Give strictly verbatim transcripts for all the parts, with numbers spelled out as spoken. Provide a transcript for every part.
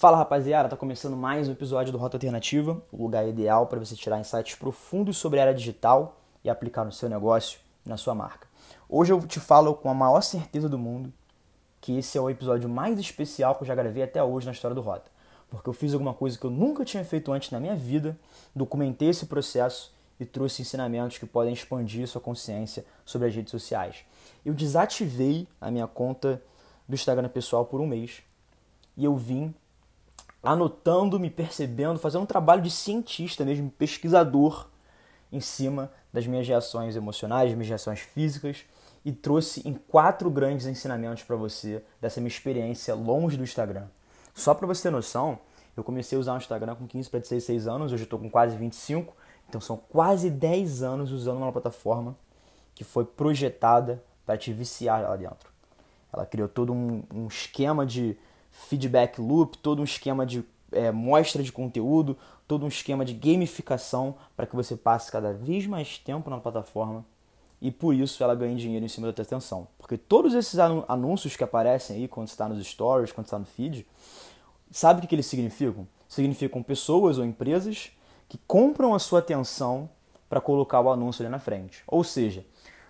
Fala rapaziada, tá começando mais um episódio do Rota Alternativa, o lugar ideal para você tirar insights profundos sobre a área digital e aplicar no seu negócio e na sua marca. Hoje eu te falo com a maior certeza do mundo que esse é o episódio mais especial que eu já gravei até hoje na história do Rota, porque eu fiz alguma coisa que eu nunca tinha feito antes na minha vida, documentei esse processo e trouxe ensinamentos que podem expandir sua consciência sobre as redes sociais. Eu desativei a minha conta do Instagram pessoal por um mês e eu vim anotando, me percebendo, fazendo um trabalho de cientista mesmo, pesquisador em cima das minhas reações emocionais, das minhas reações físicas e trouxe em quatro grandes ensinamentos para você dessa minha experiência longe do Instagram. Só para você ter noção, eu comecei a usar o Instagram com quinze para dezesseis anos, hoje eu estou com quase vinte e cinco, então são quase dez anos usando uma plataforma que foi projetada para te viciar lá dentro. Ela criou todo um, um esquema de feedback loop, todo um esquema de é, mostra de conteúdo, todo um esquema de gamificação para que você passe cada vez mais tempo na plataforma e por isso ela ganha dinheiro em cima da tua atenção. Porque todos esses anúncios que aparecem aí quando você está nos stories, quando você está no feed, sabe o que, que eles significam? Significam pessoas ou empresas que compram a sua atenção para colocar o anúncio ali na frente. Ou seja,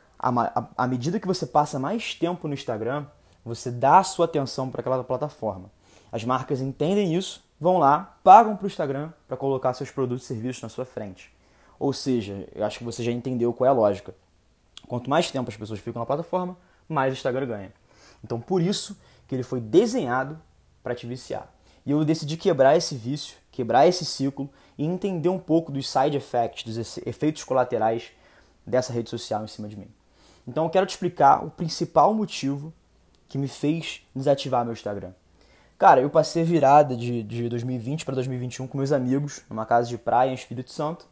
à medida que você passa mais tempo no Instagram, você dá a sua atenção para aquela plataforma. As marcas entendem isso, vão lá, pagam para o Instagram para colocar seus produtos e serviços na sua frente. Ou seja, eu acho que você já entendeu qual é a lógica. Quanto mais tempo as pessoas ficam na plataforma, mais o Instagram ganha. Então, por isso que ele foi desenhado para te viciar. E eu decidi quebrar esse vício, quebrar esse ciclo e entender um pouco dos side effects, dos efeitos colaterais dessa rede social em cima de mim. Então, eu quero te explicar o principal motivo que me fez desativar meu Instagram. Cara, eu passei a virada de, de dois mil e vinte para dois mil e vinte e um com meus amigos, numa casa de praia em Espírito Santo,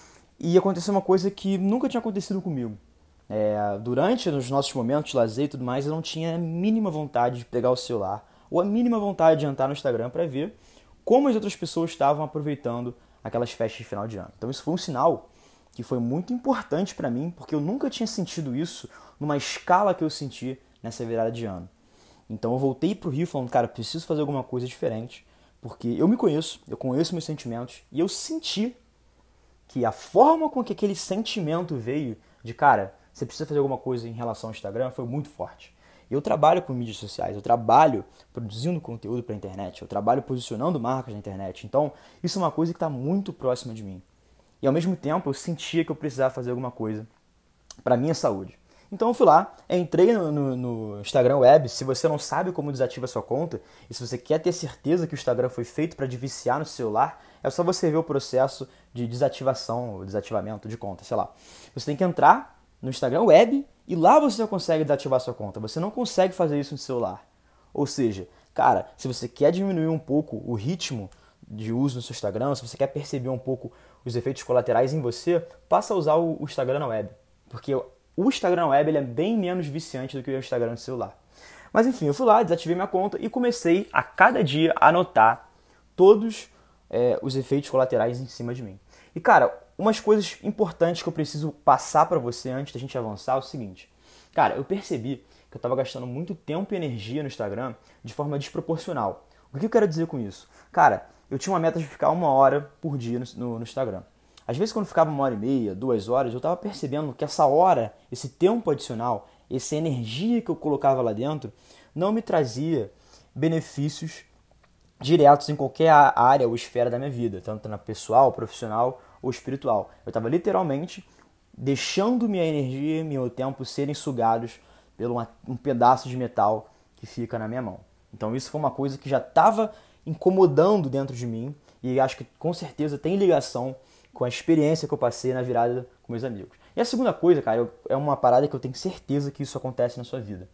e aconteceu uma coisa que nunca tinha acontecido comigo. É, durante os nossos momentos de lazer e tudo mais, eu não tinha a mínima vontade de pegar o celular, ou a mínima vontade de entrar no Instagram para ver como as outras pessoas estavam aproveitando aquelas festas de final de ano. Então isso foi um sinal que foi muito importante para mim, porque eu nunca tinha sentido isso numa escala que eu senti nessa virada de ano. Então eu voltei pro Rio falando, cara, preciso fazer alguma coisa diferente, porque eu me conheço, eu conheço meus sentimentos, e eu senti que a forma com que aquele sentimento veio de, cara, você precisa fazer alguma coisa em relação ao Instagram, foi muito forte. Eu trabalho com mídias sociais, eu trabalho produzindo conteúdo para a internet, eu trabalho posicionando marcas na internet, então isso é uma coisa que está muito próxima de mim. E ao mesmo tempo eu sentia que eu precisava fazer alguma coisa para a minha saúde. Então eu fui lá, entrei no, no, no Instagram Web. Se você não sabe como desativa a sua conta, e se você quer ter certeza que o Instagram foi feito para te viciar no celular, é só você ver o processo de desativação, ou desativamento de conta, sei lá. Você tem que entrar no Instagram Web e lá você consegue desativar a sua conta. Você não consegue fazer isso no celular. Ou seja, cara, se você quer diminuir um pouco o ritmo de uso no seu Instagram, se você quer perceber um pouco os efeitos colaterais em você, passa a usar o Instagram na Web. Porque o Instagram Web ele é bem menos viciante do que o Instagram no celular. Mas enfim, eu fui lá, desativei minha conta e comecei a cada dia a anotar todos é, os efeitos colaterais em cima de mim. E cara, umas coisas importantes que eu preciso passar para você antes da gente avançar é o seguinte. Cara, eu percebi que eu estava gastando muito tempo e energia no Instagram de forma desproporcional. O que eu quero dizer com isso? Cara, eu tinha uma meta de ficar uma hora por dia no, no, no Instagram. Às vezes quando ficava uma hora e meia, duas horas, eu estava percebendo que essa hora, esse tempo adicional, essa energia que eu colocava lá dentro, não me trazia benefícios diretos em qualquer área ou esfera da minha vida, tanto na pessoal, profissional ou espiritual. Eu estava literalmente deixando minha energia e meu tempo serem sugados por uma, um pedaço de metal que fica na minha mão. Então isso foi uma coisa que já estava incomodando dentro de mim e acho que com certeza tem ligação com a experiência que eu passei na virada com meus amigos. E a segunda coisa, cara, eu, é uma parada que eu tenho certeza que isso acontece na sua vida.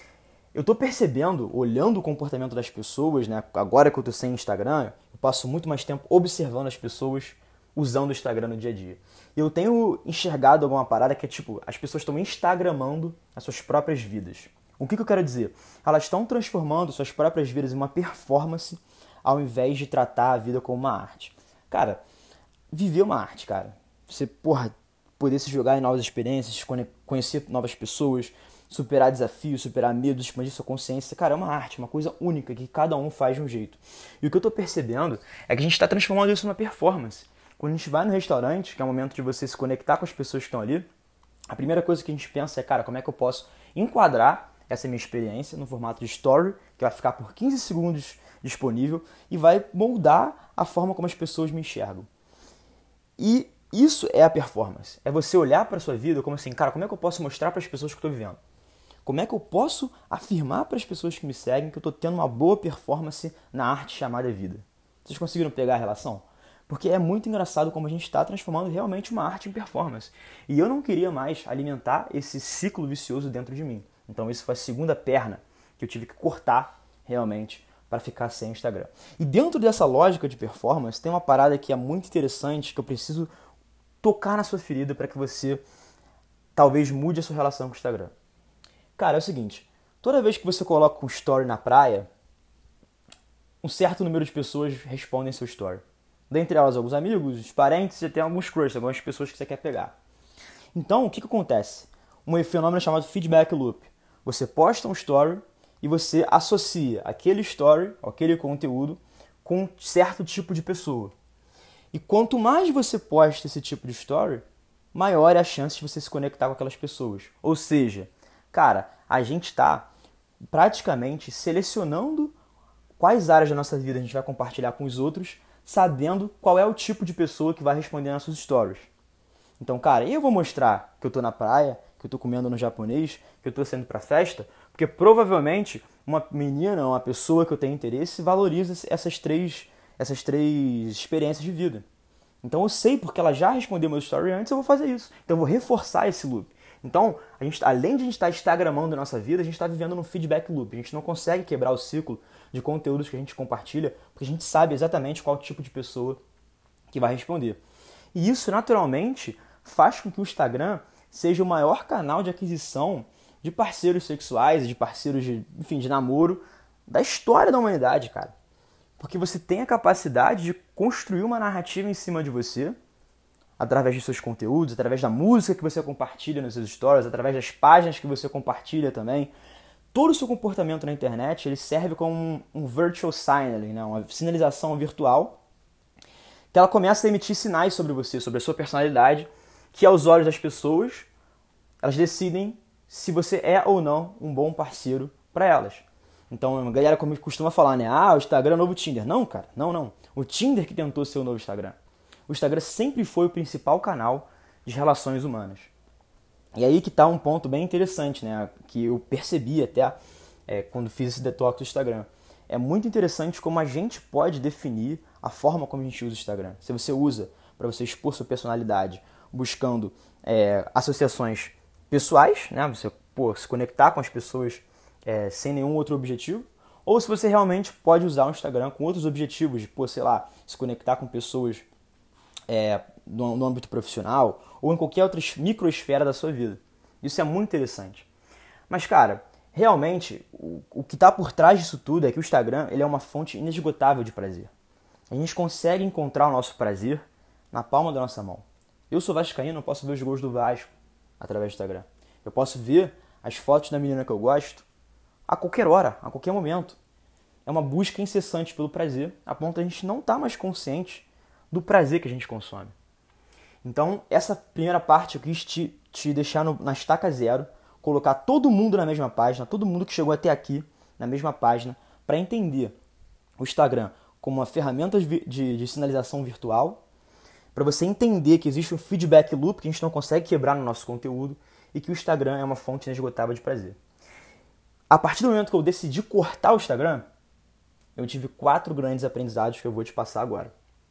Eu tô percebendo, olhando o comportamento das pessoas, né? Agora que eu tô sem Instagram, eu passo muito mais tempo observando as pessoas usando o Instagram no dia a dia. E eu tenho enxergado alguma parada que é tipo, as pessoas estão instagramando as suas próprias vidas. O que, que eu quero dizer? Elas estão transformando suas próprias vidas em uma performance ao invés de tratar a vida como uma arte. Cara, viver uma arte, cara. Você, porra, poder se jogar em novas experiências, conhecer novas pessoas, superar desafios, superar medos, expandir sua consciência. Cara, é uma arte, uma coisa única que cada um faz de um jeito. E o que eu tô percebendo é que a gente está transformando isso numa performance. Quando a gente vai no restaurante, que é o momento de você se conectar com as pessoas que estão ali, a primeira coisa que a gente pensa é, cara, como é que eu posso enquadrar essa minha experiência no formato de story, que vai ficar por quinze segundos disponível e vai moldar a forma como as pessoas me enxergam. E isso é a performance. É você olhar para a sua vida como assim, cara, como é que eu posso mostrar para as pessoas que eu estou vivendo? Como é que eu posso afirmar para as pessoas que me seguem que eu estou tendo uma boa performance na arte chamada vida? Vocês conseguiram pegar a relação? Porque é muito engraçado como a gente está transformando realmente uma arte em performance. E eu não queria mais alimentar esse ciclo vicioso dentro de mim. Então isso foi a segunda perna que eu tive que cortar realmente para ficar sem o Instagram. E dentro dessa lógica de performance tem uma parada que é muito interessante, que eu preciso tocar na sua ferida para que você talvez mude a sua relação com o Instagram. Cara, é o seguinte, toda vez que você coloca um story na praia, um certo número de pessoas respondem seu story. Dentre elas, alguns amigos, os parentes e até alguns crush, algumas pessoas que você quer pegar. Então, o que, que acontece? Um fenômeno chamado feedback loop. Você posta um story e você associa aquele story, aquele conteúdo, com um certo tipo de pessoa. E quanto mais você posta esse tipo de story, maior é a chance de você se conectar com aquelas pessoas. Ou seja, cara, a gente está praticamente selecionando quais áreas da nossa vida a gente vai compartilhar com os outros, sabendo qual é o tipo de pessoa que vai responder nossas stories. Então, cara, eu vou mostrar que eu tô na praia, que eu tô comendo no japonês, que eu tô saindo pra festa, porque provavelmente uma menina, uma pessoa que eu tenho interesse, valoriza essas três, essas três experiências de vida. Então eu sei, porque ela já respondeu meu story antes, eu vou fazer isso. Então eu vou reforçar esse loop. Então, a gente, além de a gente estar instagramando a nossa vida, a gente está vivendo num feedback loop. A gente não consegue quebrar o ciclo de conteúdos que a gente compartilha, porque a gente sabe exatamente qual tipo de pessoa que vai responder. E isso, naturalmente, faz com que o Instagram seja o maior canal de aquisição de parceiros sexuais, de parceiros de, enfim, de namoro da história da humanidade, cara. Porque você tem a capacidade de construir uma narrativa em cima de você, através dos seus conteúdos, através da música que você compartilha nos seus stories, através das páginas que você compartilha também. Todo o seu comportamento na internet ele serve como um, um virtual signaling, né? Uma sinalização virtual, que ela começa a emitir sinais sobre você, sobre a sua personalidade, que aos olhos das pessoas, elas decidem se você é ou não um bom parceiro para elas. Então a galera costuma falar, né? Ah, o Instagram é o novo Tinder. Não, cara, não, não. O Tinder que tentou ser o novo Instagram. O Instagram sempre foi o principal canal de relações humanas. E aí que está um ponto bem interessante, né? Que eu percebi até é, quando fiz esse detox do Instagram. É muito interessante como a gente pode definir a forma como a gente usa o Instagram. Se você usa para você expor sua personalidade, buscando é, associações pessoais, né? Você pô, se conectar com as pessoas é, sem nenhum outro objetivo, ou se você realmente pode usar o Instagram com outros objetivos, de, pô, sei lá, se conectar com pessoas É, no, no âmbito profissional ou em qualquer outra microesfera da sua vida. Isso é muito interessante. Mas, cara, realmente, o, o que está por trás disso tudo é que o Instagram ele é uma fonte inesgotável de prazer. A gente consegue encontrar o nosso prazer na palma da nossa mão. Eu sou vascaíno, eu posso ver os gols do Vasco através do Instagram. Eu posso ver as fotos da menina que eu gosto a qualquer hora, a qualquer momento. É uma busca incessante pelo prazer, a ponto de a gente não estar tá mais consciente do prazer que a gente consome. Então, essa primeira parte eu quis te, te deixar no, na estaca zero, colocar todo mundo na mesma página, todo mundo que chegou até aqui na mesma página, para entender o Instagram como uma ferramenta de, de, de sinalização virtual, para você entender que existe um feedback loop que a gente não consegue quebrar no nosso conteúdo e que o Instagram é uma fonte inesgotável de prazer. A partir do momento que eu decidi cortar o Instagram, eu tive quatro grandes aprendizados que eu vou te passar agora.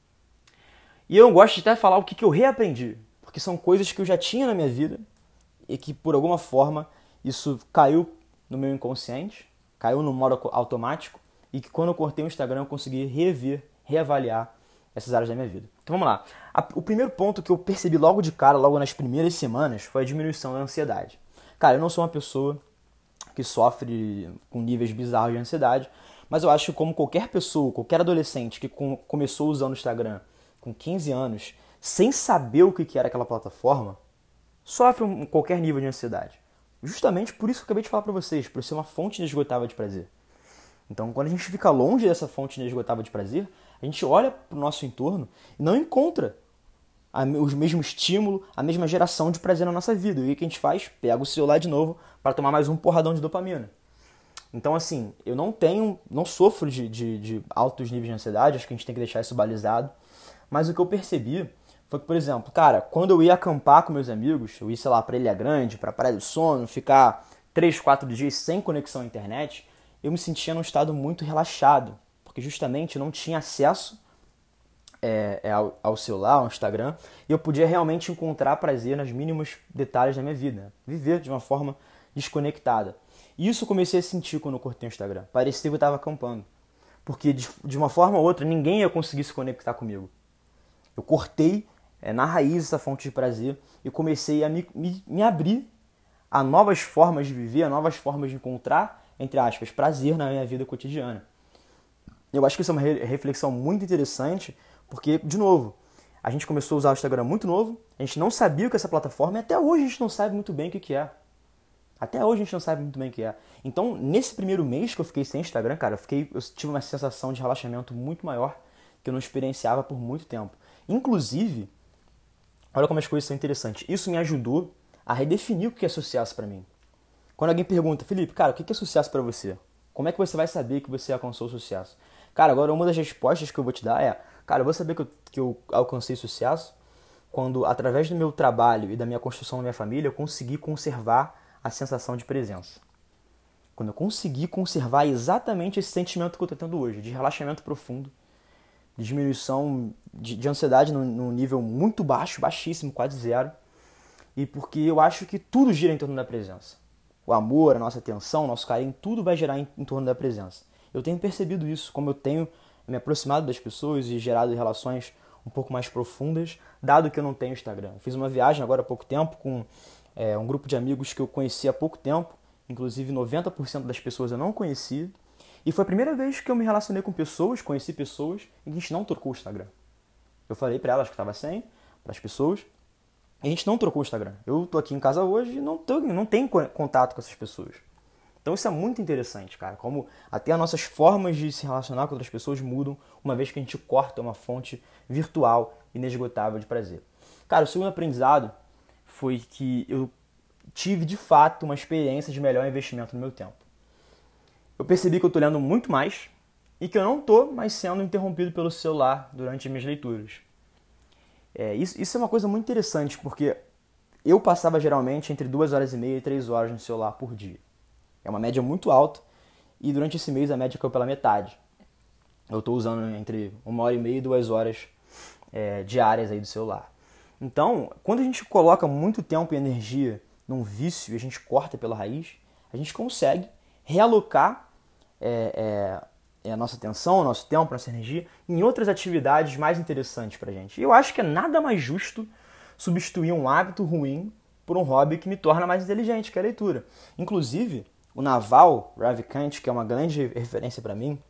E eu gosto de até falar o que eu reaprendi, porque são coisas que eu já tinha na minha vida e que, por alguma forma, isso caiu no meu inconsciente, caiu no modo automático e que quando eu cortei o Instagram eu consegui rever, reavaliar essas áreas da minha vida. Então vamos lá. O primeiro ponto que eu percebi logo de cara, logo nas primeiras semanas, foi a diminuição da ansiedade. Cara, eu não sou uma pessoa que sofre com níveis bizarros de ansiedade, mas eu acho que como qualquer pessoa, qualquer adolescente que começou usando o Instagram com quinze anos, sem saber o que era aquela plataforma, sofre um, qualquer nível de ansiedade. justamente por isso que eu acabei de falar para vocês, por ser uma fonte inesgotável de prazer. Então, quando a gente fica longe dessa fonte inesgotável de prazer, a gente olha para o nosso entorno e não encontra a, o mesmo estímulo, a mesma geração de prazer na nossa vida. E o que a gente faz? Pega o celular de novo para tomar mais um porradão de dopamina. Então, assim, eu não tenho, não sofro de, de, de altos níveis de ansiedade, acho que a gente tem que deixar isso balizado. Mas o que eu percebi foi que, por exemplo, cara, quando eu ia acampar com meus amigos, eu ia, sei lá, pra Ilha Grande, pra Praia do Sono, ficar três, quatro dias sem conexão à internet, eu me sentia num estado muito relaxado, porque justamente eu não tinha acesso é, é, ao, ao celular, ao Instagram, e eu podia realmente encontrar prazer nos mínimos detalhes da minha vida, viver de uma forma desconectada. E isso eu comecei a sentir quando eu cortei o Instagram. Parecia que eu estava acampando, porque de, de uma forma ou outra ninguém ia conseguir se conectar comigo. Eu cortei é, na raiz essa fonte de prazer e comecei a me, me, me abrir a novas formas de viver, a novas formas de encontrar, entre aspas, prazer na minha vida cotidiana. Eu acho que isso é uma re- reflexão muito interessante, porque, de novo, a gente começou a usar o Instagram muito novo, a gente não sabia o que é essa plataforma e até hoje a gente não sabe muito bem o que é. Até hoje a gente não sabe muito bem o que é. Então, nesse primeiro mês que eu fiquei sem Instagram, cara, eu, fiquei, eu tive uma sensação de relaxamento muito maior que eu não experienciava por muito tempo. Inclusive, olha como as coisas são interessantes. Isso me ajudou a redefinir o que é sucesso pra mim. Quando alguém pergunta, Felipe, cara, o que é sucesso pra você? Como é que você vai saber que você alcançou o sucesso? Cara, agora uma das respostas que eu vou te dar é, cara, eu vou saber que eu, que eu alcancei sucesso quando, através do meu trabalho e da minha construção na minha família, eu consegui conservar a sensação de presença. Quando eu consegui conservar exatamente esse sentimento que eu tô tendo hoje, de relaxamento profundo, de diminuição de, de ansiedade num, num nível muito baixo, baixíssimo, quase zero, e porque eu acho que tudo gira em torno da presença. O amor, a nossa atenção, o nosso carinho, tudo vai girar em, em torno da presença. Eu tenho percebido isso, como eu tenho me aproximado das pessoas e gerado relações um pouco mais profundas, dado que eu não tenho Instagram. Eu fiz uma viagem agora há pouco tempo com é, um grupo de amigos que eu conheci há pouco tempo, inclusive noventa por cento das pessoas eu não conhecia, e foi a primeira vez que eu me relacionei com pessoas, conheci pessoas, e a gente não trocou o Instagram. Eu falei pra elas que estava sem, para as pessoas, e a gente não trocou o Instagram. Eu tô aqui em casa hoje e não, tô, não tenho contato com essas pessoas. Então isso é muito interessante, cara, como até as nossas formas de se relacionar com outras pessoas mudam uma vez que a gente corta uma fonte virtual inesgotável de prazer. Cara, o segundo aprendizado foi que eu tive de fato uma experiência de melhor investimento no meu tempo. Eu percebi que eu tô lendo muito mais e que eu não tô mais sendo interrompido pelo celular durante as minhas leituras. É, isso, isso é uma coisa muito interessante, porque eu passava geralmente entre duas horas e meia e três horas no celular por dia. É uma média muito alta e durante esse mês a média caiu pela metade. Eu estou usando entre uma hora e meia e duas horas é, diárias aí do celular. Então, quando a gente coloca muito tempo e energia num vício e a gente corta pela raiz, a gente consegue realocar é, é, a nossa atenção, o nosso tempo, a nossa energia em outras atividades mais interessantes pra gente. E eu acho que é nada mais justo substituir um hábito ruim por um hobby que me torna mais inteligente, que é a leitura. Inclusive, o Naval Ravikant, que é uma grande referência para mim,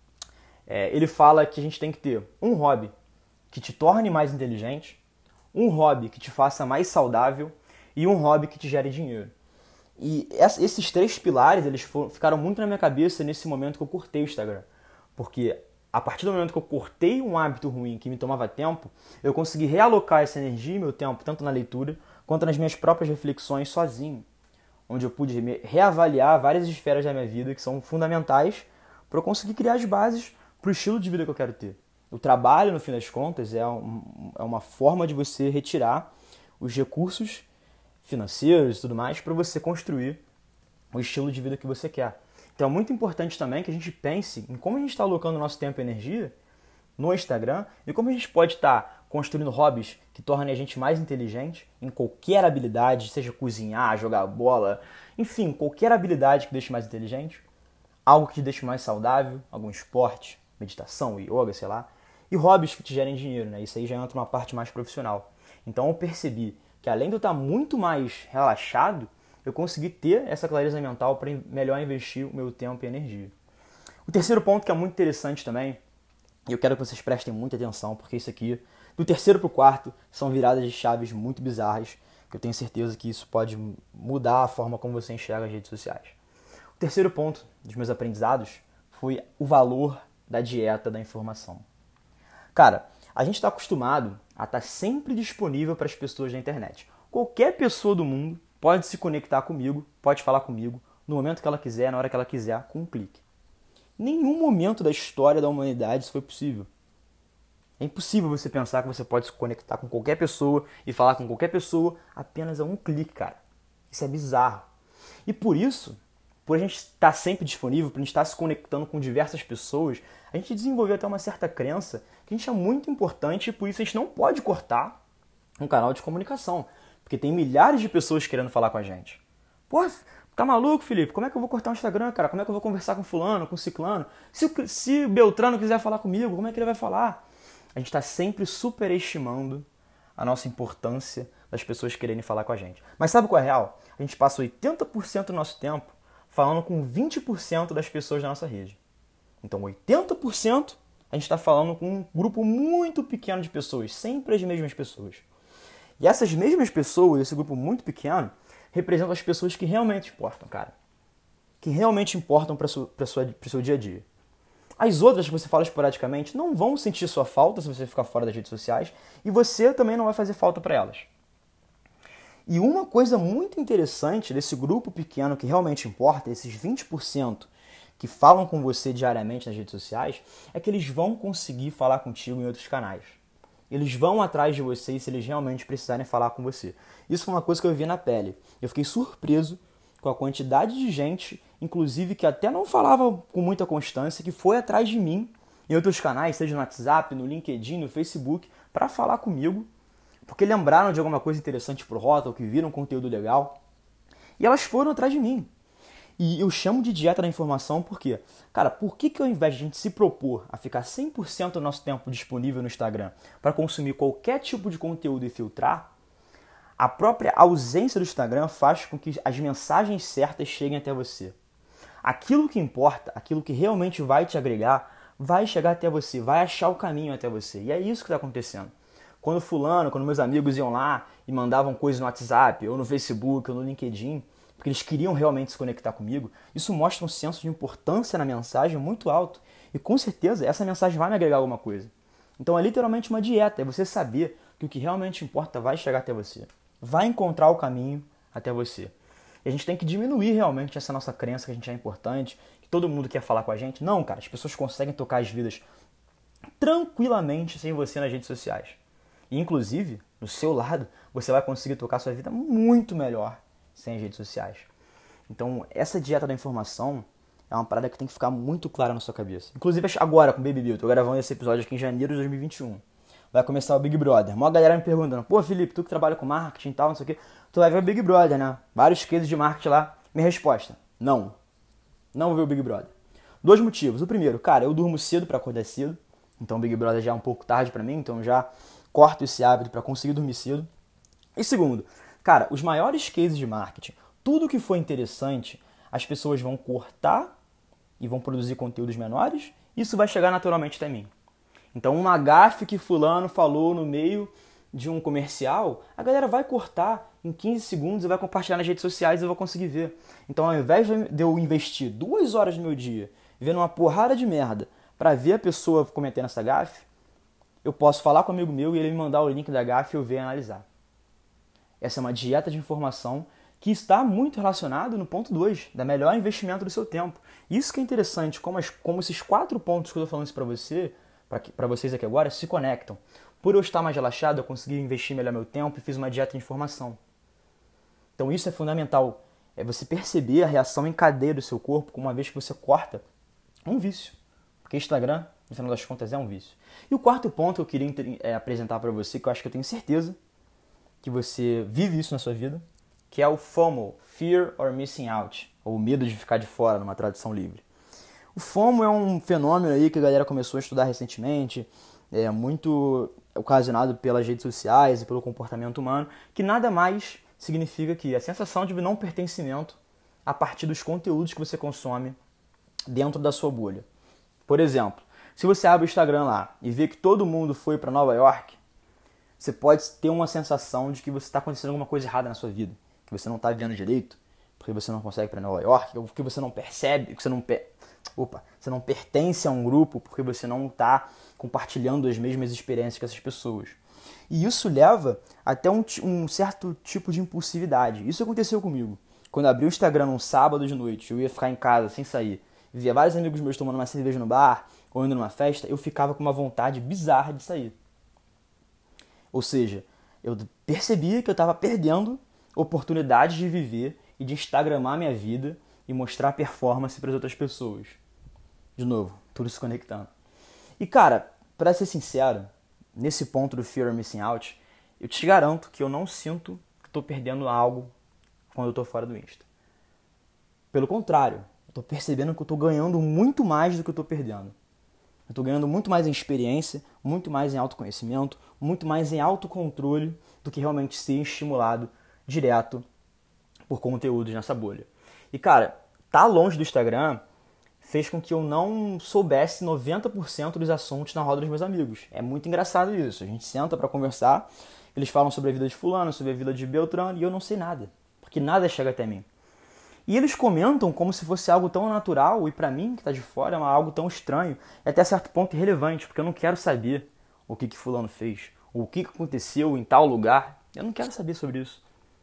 é, ele fala que a gente tem que ter um hobby que te torne mais inteligente, um hobby que te faça mais saudável e um hobby que te gere dinheiro. E esses três pilares eles foram, ficaram muito na minha cabeça nesse momento que eu cortei o Instagram. Porque a partir do momento que eu cortei um hábito ruim que me tomava tempo, eu consegui realocar essa energia e meu tempo tanto na leitura quanto nas minhas próprias reflexões sozinho, onde eu pude reavaliar várias esferas da minha vida que são fundamentais para eu conseguir criar as bases para o estilo de vida que eu quero ter. O trabalho, no fim das contas, é, um, é uma forma de você retirar os recursos financeiros e tudo mais para você construir o estilo de vida que você quer. Então é muito importante também que a gente pense em como a gente está alocando o nosso tempo e energia no Instagram e como a gente pode estar tá construindo hobbies que tornem a gente mais inteligente em qualquer habilidade, seja cozinhar, jogar bola, enfim, qualquer habilidade que deixe mais inteligente, algo que te deixe mais saudável, algum esporte, meditação, yoga, sei lá, e hobbies que te gerem dinheiro, né? Isso aí já entra uma parte mais profissional. Então eu percebi que além de eu estar muito mais relaxado, eu consegui ter essa clareza mental para melhor investir o meu tempo e energia. O terceiro ponto que é muito interessante também, e eu quero que vocês prestem muita atenção, porque isso aqui, do terceiro para o quarto, são viradas de chaves muito bizarras, que eu tenho certeza que isso pode mudar a forma como você enxerga as redes sociais. O terceiro ponto dos meus aprendizados foi o valor da dieta da informação. Cara, a gente está acostumado a estar sempre disponível para as pessoas da internet. Qualquer pessoa do mundo pode se conectar comigo, pode falar comigo, no momento que ela quiser, na hora que ela quiser, com um clique. Em nenhum momento da história da humanidade isso foi possível. É impossível você pensar que você pode se conectar com qualquer pessoa e falar com qualquer pessoa apenas a um clique, cara. Isso é bizarro. E por isso, por a gente estar sempre disponível, por a gente estar se conectando com diversas pessoas, a gente desenvolveu até uma certa crença que a gente é muito importante e por isso a gente não pode cortar um canal de comunicação. Porque tem milhares de pessoas querendo falar com a gente. Pô, tá maluco, Felipe? Como é que eu vou cortar o Instagram, cara? Como é que eu vou conversar com fulano, com ciclano? Se o, se o Beltrano quiser falar comigo, como é que ele vai falar? A gente está sempre superestimando a nossa importância das pessoas quererem falar com a gente. Mas sabe qual é a real? A gente passa oitenta por cento do nosso tempo falando com vinte por cento das pessoas da nossa rede. Então, oitenta por cento a gente está falando com um grupo muito pequeno de pessoas, sempre as mesmas pessoas. E essas mesmas pessoas, esse grupo muito pequeno, representam as pessoas que realmente importam, cara. Que realmente importam para o seu dia a dia. As outras que você fala esporadicamente não vão sentir sua falta se você ficar fora das redes sociais e você também não vai fazer falta para elas. E uma coisa muito interessante desse grupo pequeno que realmente importa, esses vinte por cento que falam com você diariamente nas redes sociais, é que eles vão conseguir falar contigo em outros canais. Eles vão atrás de você se eles realmente precisarem falar com você. Isso foi uma coisa que eu vi na pele. Eu fiquei surpreso com a quantidade de gente, inclusive que até não falava com muita constância, que foi atrás de mim em outros canais, seja no WhatsApp, no LinkedIn, no Facebook, para falar comigo, porque lembraram de alguma coisa interessante pro Rótulo, que viram conteúdo legal, e elas foram atrás de mim. E eu chamo de dieta da informação porque, cara, por que que ao invés de a gente se propor a ficar cem por cento do nosso tempo disponível no Instagram para consumir qualquer tipo de conteúdo e filtrar, a própria ausência do Instagram faz com que as mensagens certas cheguem até você. Aquilo que importa, aquilo que realmente vai te agregar, vai chegar até você, vai achar o caminho até você. E é isso que está acontecendo. Quando fulano, quando meus amigos iam lá e mandavam coisas no WhatsApp, ou no Facebook, ou no LinkedIn, porque eles queriam realmente se conectar comigo, isso mostra um senso de importância na mensagem muito alto. E com certeza essa mensagem vai me agregar alguma coisa. Então é literalmente uma dieta, é você saber que o que realmente importa vai chegar até você. Vai encontrar o caminho até você. E a gente tem que diminuir realmente essa nossa crença que a gente é importante, que todo mundo quer falar com a gente. Não, cara, as pessoas conseguem tocar as vidas tranquilamente sem você nas redes sociais. E, inclusive, no seu lado, você vai conseguir tocar a sua vida muito melhor sem as redes sociais. Então, essa dieta da informação é uma parada que tem que ficar muito clara na sua cabeça. Inclusive, agora com o Baby Bill, tô gravando esse episódio aqui em janeiro de dois mil e vinte e um. Vai começar o Big Brother. Uma galera me perguntando, pô, Felipe, tu que trabalha com marketing e tal, não sei o quê, tu vai ver o Big Brother, né? Vários cases de marketing lá. Minha resposta, não. Não vou ver o Big Brother. Dois motivos. O primeiro, cara, eu durmo cedo pra acordar cedo. Então o Big Brother já é um pouco tarde pra mim, então eu já corto esse hábito pra conseguir dormir cedo. E segundo, cara, os maiores cases de marketing, tudo que for interessante, as pessoas vão cortar e vão produzir conteúdos menores, isso vai chegar naturalmente até mim. Então, uma gafe que fulano falou no meio de um comercial, a galera vai cortar em quinze segundos e vai compartilhar nas redes sociais e eu vou conseguir ver. Então, ao invés de eu investir duas horas do meu dia vendo uma porrada de merda para ver a pessoa cometendo essa gafe, eu posso falar com um amigo meu e ele me mandar o link da gafe e eu ver e analisar. Essa é uma dieta de informação que está muito relacionado no ponto dois, da melhor investimento do seu tempo. Isso que é interessante, como, as, como esses quatro pontos que eu estou falando isso para você, para vocês aqui agora, se conectam. Por eu estar mais relaxado, eu consegui investir melhor meu tempo e fiz uma dieta de informação. Então isso é fundamental. É você perceber a reação em cadeia do seu corpo, uma vez que você corta um vício. Porque Instagram, no final das contas, é um vício. E o quarto ponto que eu queria é, apresentar para você, que eu acho que eu tenho certeza que você vive isso na sua vida, que é o FOMO, Fear or Missing Out, ou medo de ficar de fora, numa tradução livre. O FOMO é um fenômeno aí que a galera começou a estudar recentemente, é muito ocasionado pelas redes sociais e pelo comportamento humano, que nada mais significa que a sensação de não pertencimento a partir dos conteúdos que você consome dentro da sua bolha. Por exemplo, se você abre o Instagram lá e vê que todo mundo foi para Nova York, você pode ter uma sensação de que você está acontecendo alguma coisa errada na sua vida, que você não está vivendo direito, porque você não consegue ir para Nova York, ou porque você não percebe, que você não, per... Opa, você não pertence a um grupo, porque você não está compartilhando as mesmas experiências que essas pessoas. E isso leva até um, um certo tipo de impulsividade. Isso aconteceu comigo. Quando eu abri o Instagram num sábado de noite, eu ia ficar em casa sem sair, via vários amigos meus tomando uma cerveja no bar, ou indo numa festa, eu ficava com uma vontade bizarra de sair. Ou seja, eu percebia que eu estava perdendo oportunidades de viver e de instagramar minha vida e mostrar performance para as outras pessoas. De novo, tudo se conectando. E cara, para ser sincero, nesse ponto do Fear of Missing Out, eu te garanto que eu não sinto que estou perdendo algo quando eu estou fora do Insta. Pelo contrário, eu estou percebendo que eu estou ganhando muito mais do que eu estou perdendo. Eu estou ganhando muito mais em experiência, muito mais em autoconhecimento, muito mais em autocontrole do que realmente ser estimulado direto por conteúdos nessa bolha. E cara, tá longe do Instagram fez com que eu não soubesse noventa por cento dos assuntos na roda dos meus amigos. É muito engraçado isso. A gente senta para conversar, eles falam sobre a vida de fulano, sobre a vida de Beltrano, e eu não sei nada, porque nada chega até mim. E eles comentam como se fosse algo tão natural, e pra mim, que tá de fora, é algo tão estranho, e até certo ponto irrelevante, porque eu não quero saber o que que fulano fez, ou o que que aconteceu em tal lugar. Eu não quero saber sobre isso.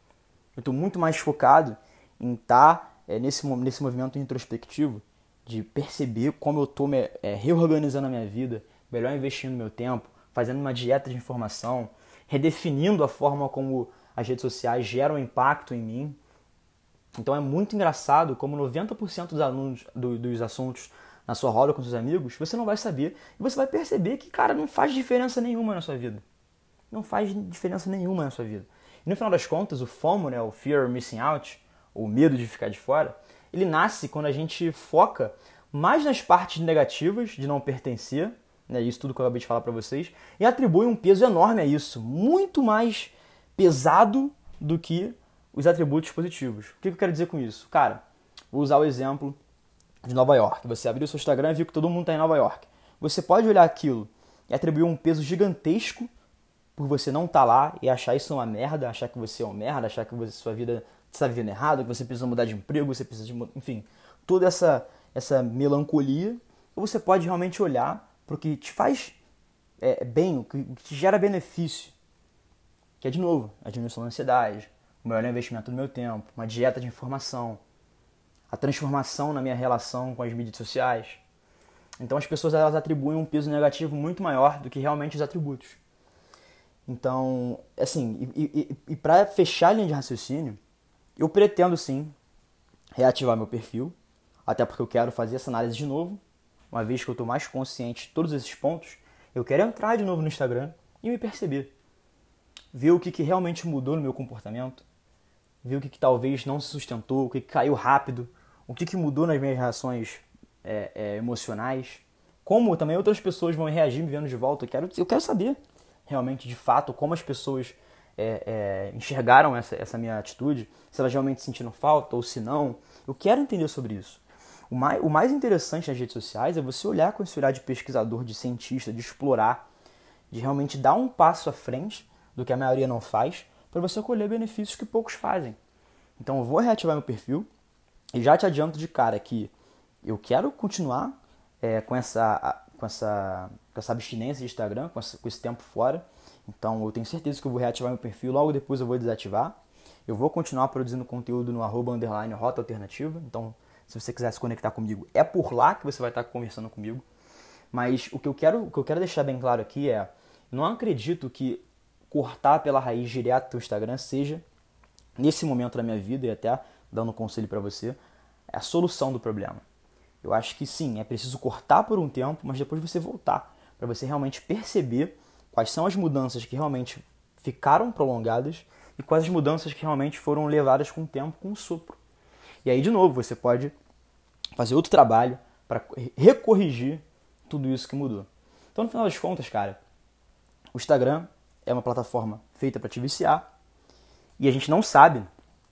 Eu tô muito mais focado em estar é, nesse, nesse movimento introspectivo, de perceber como eu estou é, reorganizando a minha vida, melhor investindo meu tempo, fazendo uma dieta de informação, redefinindo a forma como as redes sociais geram impacto em mim. Então é muito engraçado como noventa por cento dos, alunos, do, dos assuntos na sua roda com seus amigos, você não vai saber e você vai perceber que, cara, não faz diferença nenhuma na sua vida. Não faz diferença nenhuma na sua vida. E no final das contas, o FOMO, né, o Fear of Missing Out, o medo de ficar de fora, ele nasce quando a gente foca mais nas partes negativas de não pertencer, né, isso tudo que eu acabei de falar para vocês, e atribui um peso enorme a isso, muito mais pesado do que os atributos positivos. O que eu quero dizer com isso? Cara, vou usar o exemplo de Nova York. Você abriu o seu Instagram e viu que todo mundo está em Nova York. Você pode olhar aquilo e atribuir um peso gigantesco por você não estar lá e achar isso uma merda, achar que você é uma merda, achar que você, sua vida está vivendo errado, que você precisa mudar de emprego, você precisa de... Enfim, toda essa, essa melancolia. Ou você pode realmente olhar para o que te faz é, bem, o que te gera benefício. Que é, de novo, a diminuição da ansiedade, o melhor investimento do meu tempo, uma dieta de informação, a transformação na minha relação com as mídias sociais. Então as pessoas elas atribuem um peso negativo muito maior do que realmente os atributos. Então, assim, e, e, e para fechar a linha de raciocínio, eu pretendo sim reativar meu perfil, até porque eu quero fazer essa análise de novo, uma vez que eu estou mais consciente de todos esses pontos, eu quero entrar de novo no Instagram e me perceber. Ver o que, que realmente mudou no meu comportamento, ver o que, que talvez não se sustentou, o que, que caiu rápido, o que, que mudou nas minhas reações é, é, emocionais, como também outras pessoas vão reagir me vendo de volta. Eu quero, eu quero saber realmente, de fato, como as pessoas é, é, enxergaram essa, essa minha atitude, se elas realmente sentiram falta ou se não. Eu quero entender sobre isso. O mais, o mais interessante nas redes sociais é você olhar com esse olhar de pesquisador, de cientista, de explorar, de realmente dar um passo à frente do que a maioria não faz, para você colher benefícios que poucos fazem. Então eu vou reativar meu perfil e já te adianto de cara que eu quero continuar é, com, essa, com, essa, com essa abstinência de Instagram, com, essa, com esse tempo fora. Então eu tenho certeza que eu vou reativar meu perfil, logo depois eu vou desativar. Eu vou continuar produzindo conteúdo no arroba underline rota alternativa. Então se você quiser se conectar comigo, é por lá que você vai estar conversando comigo. Mas o que eu quero, o que eu quero deixar bem claro aqui é, não acredito que cortar pela raiz direto do Instagram seja, nesse momento da minha vida, e até dando um conselho para você, é a solução do problema. Eu acho que sim, é preciso cortar por um tempo, mas depois você voltar, para você realmente perceber quais são as mudanças que realmente ficaram prolongadas e quais as mudanças que realmente foram levadas com o tempo, com o sopro. E aí, de novo, você pode fazer outro trabalho para recorrigir tudo isso que mudou. Então, no final das contas, cara, o Instagram é uma plataforma feita para te viciar e a gente não sabe,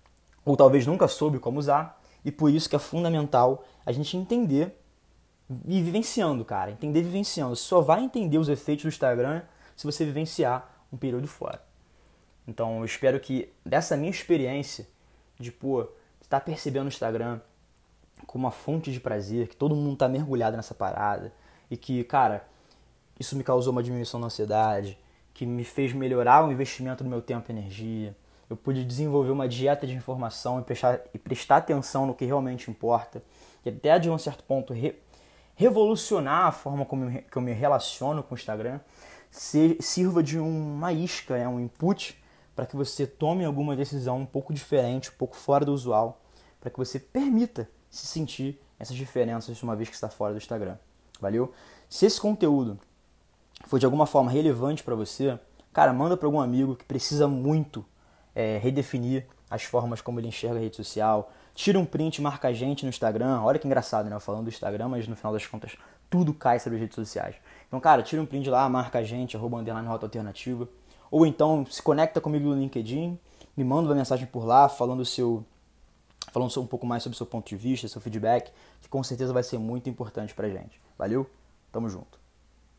ou talvez nunca soube como usar, e por isso que é fundamental a gente entender e vivenciando, cara. Entender vivenciando. Você só vai entender os efeitos do Instagram se você vivenciar um período fora. Então eu espero que dessa minha experiência de, pô, estar percebendo o Instagram como uma fonte de prazer, que todo mundo tá mergulhado nessa parada e que, cara, isso me causou uma diminuição da ansiedade, que me fez melhorar o investimento do meu tempo e energia. Eu pude desenvolver uma dieta de informação e prestar, e prestar atenção no que realmente importa. E até de um certo ponto re, revolucionar a forma como eu, que eu me relaciono com o Instagram, se, sirva de uma isca, né, um input, para que você tome alguma decisão um pouco diferente, um pouco fora do usual, para que você permita se sentir essas diferenças uma vez que está fora do Instagram. Valeu? Se esse conteúdo for de alguma forma relevante para você, cara, manda para algum amigo que precisa muito é, redefinir as formas como ele enxerga a rede social. Tira um print, marca a gente no Instagram. Olha que engraçado, né? Eu falando do Instagram, mas no final das contas tudo cai sobre as redes sociais. Então, cara, tira um print lá, marca a gente, arroba underline Rota Alternativa. Ou então se conecta comigo no LinkedIn, me manda uma mensagem por lá falando o seu, falando um pouco mais sobre o seu ponto de vista, seu feedback, que com certeza vai ser muito importante pra gente. Valeu? Tamo junto.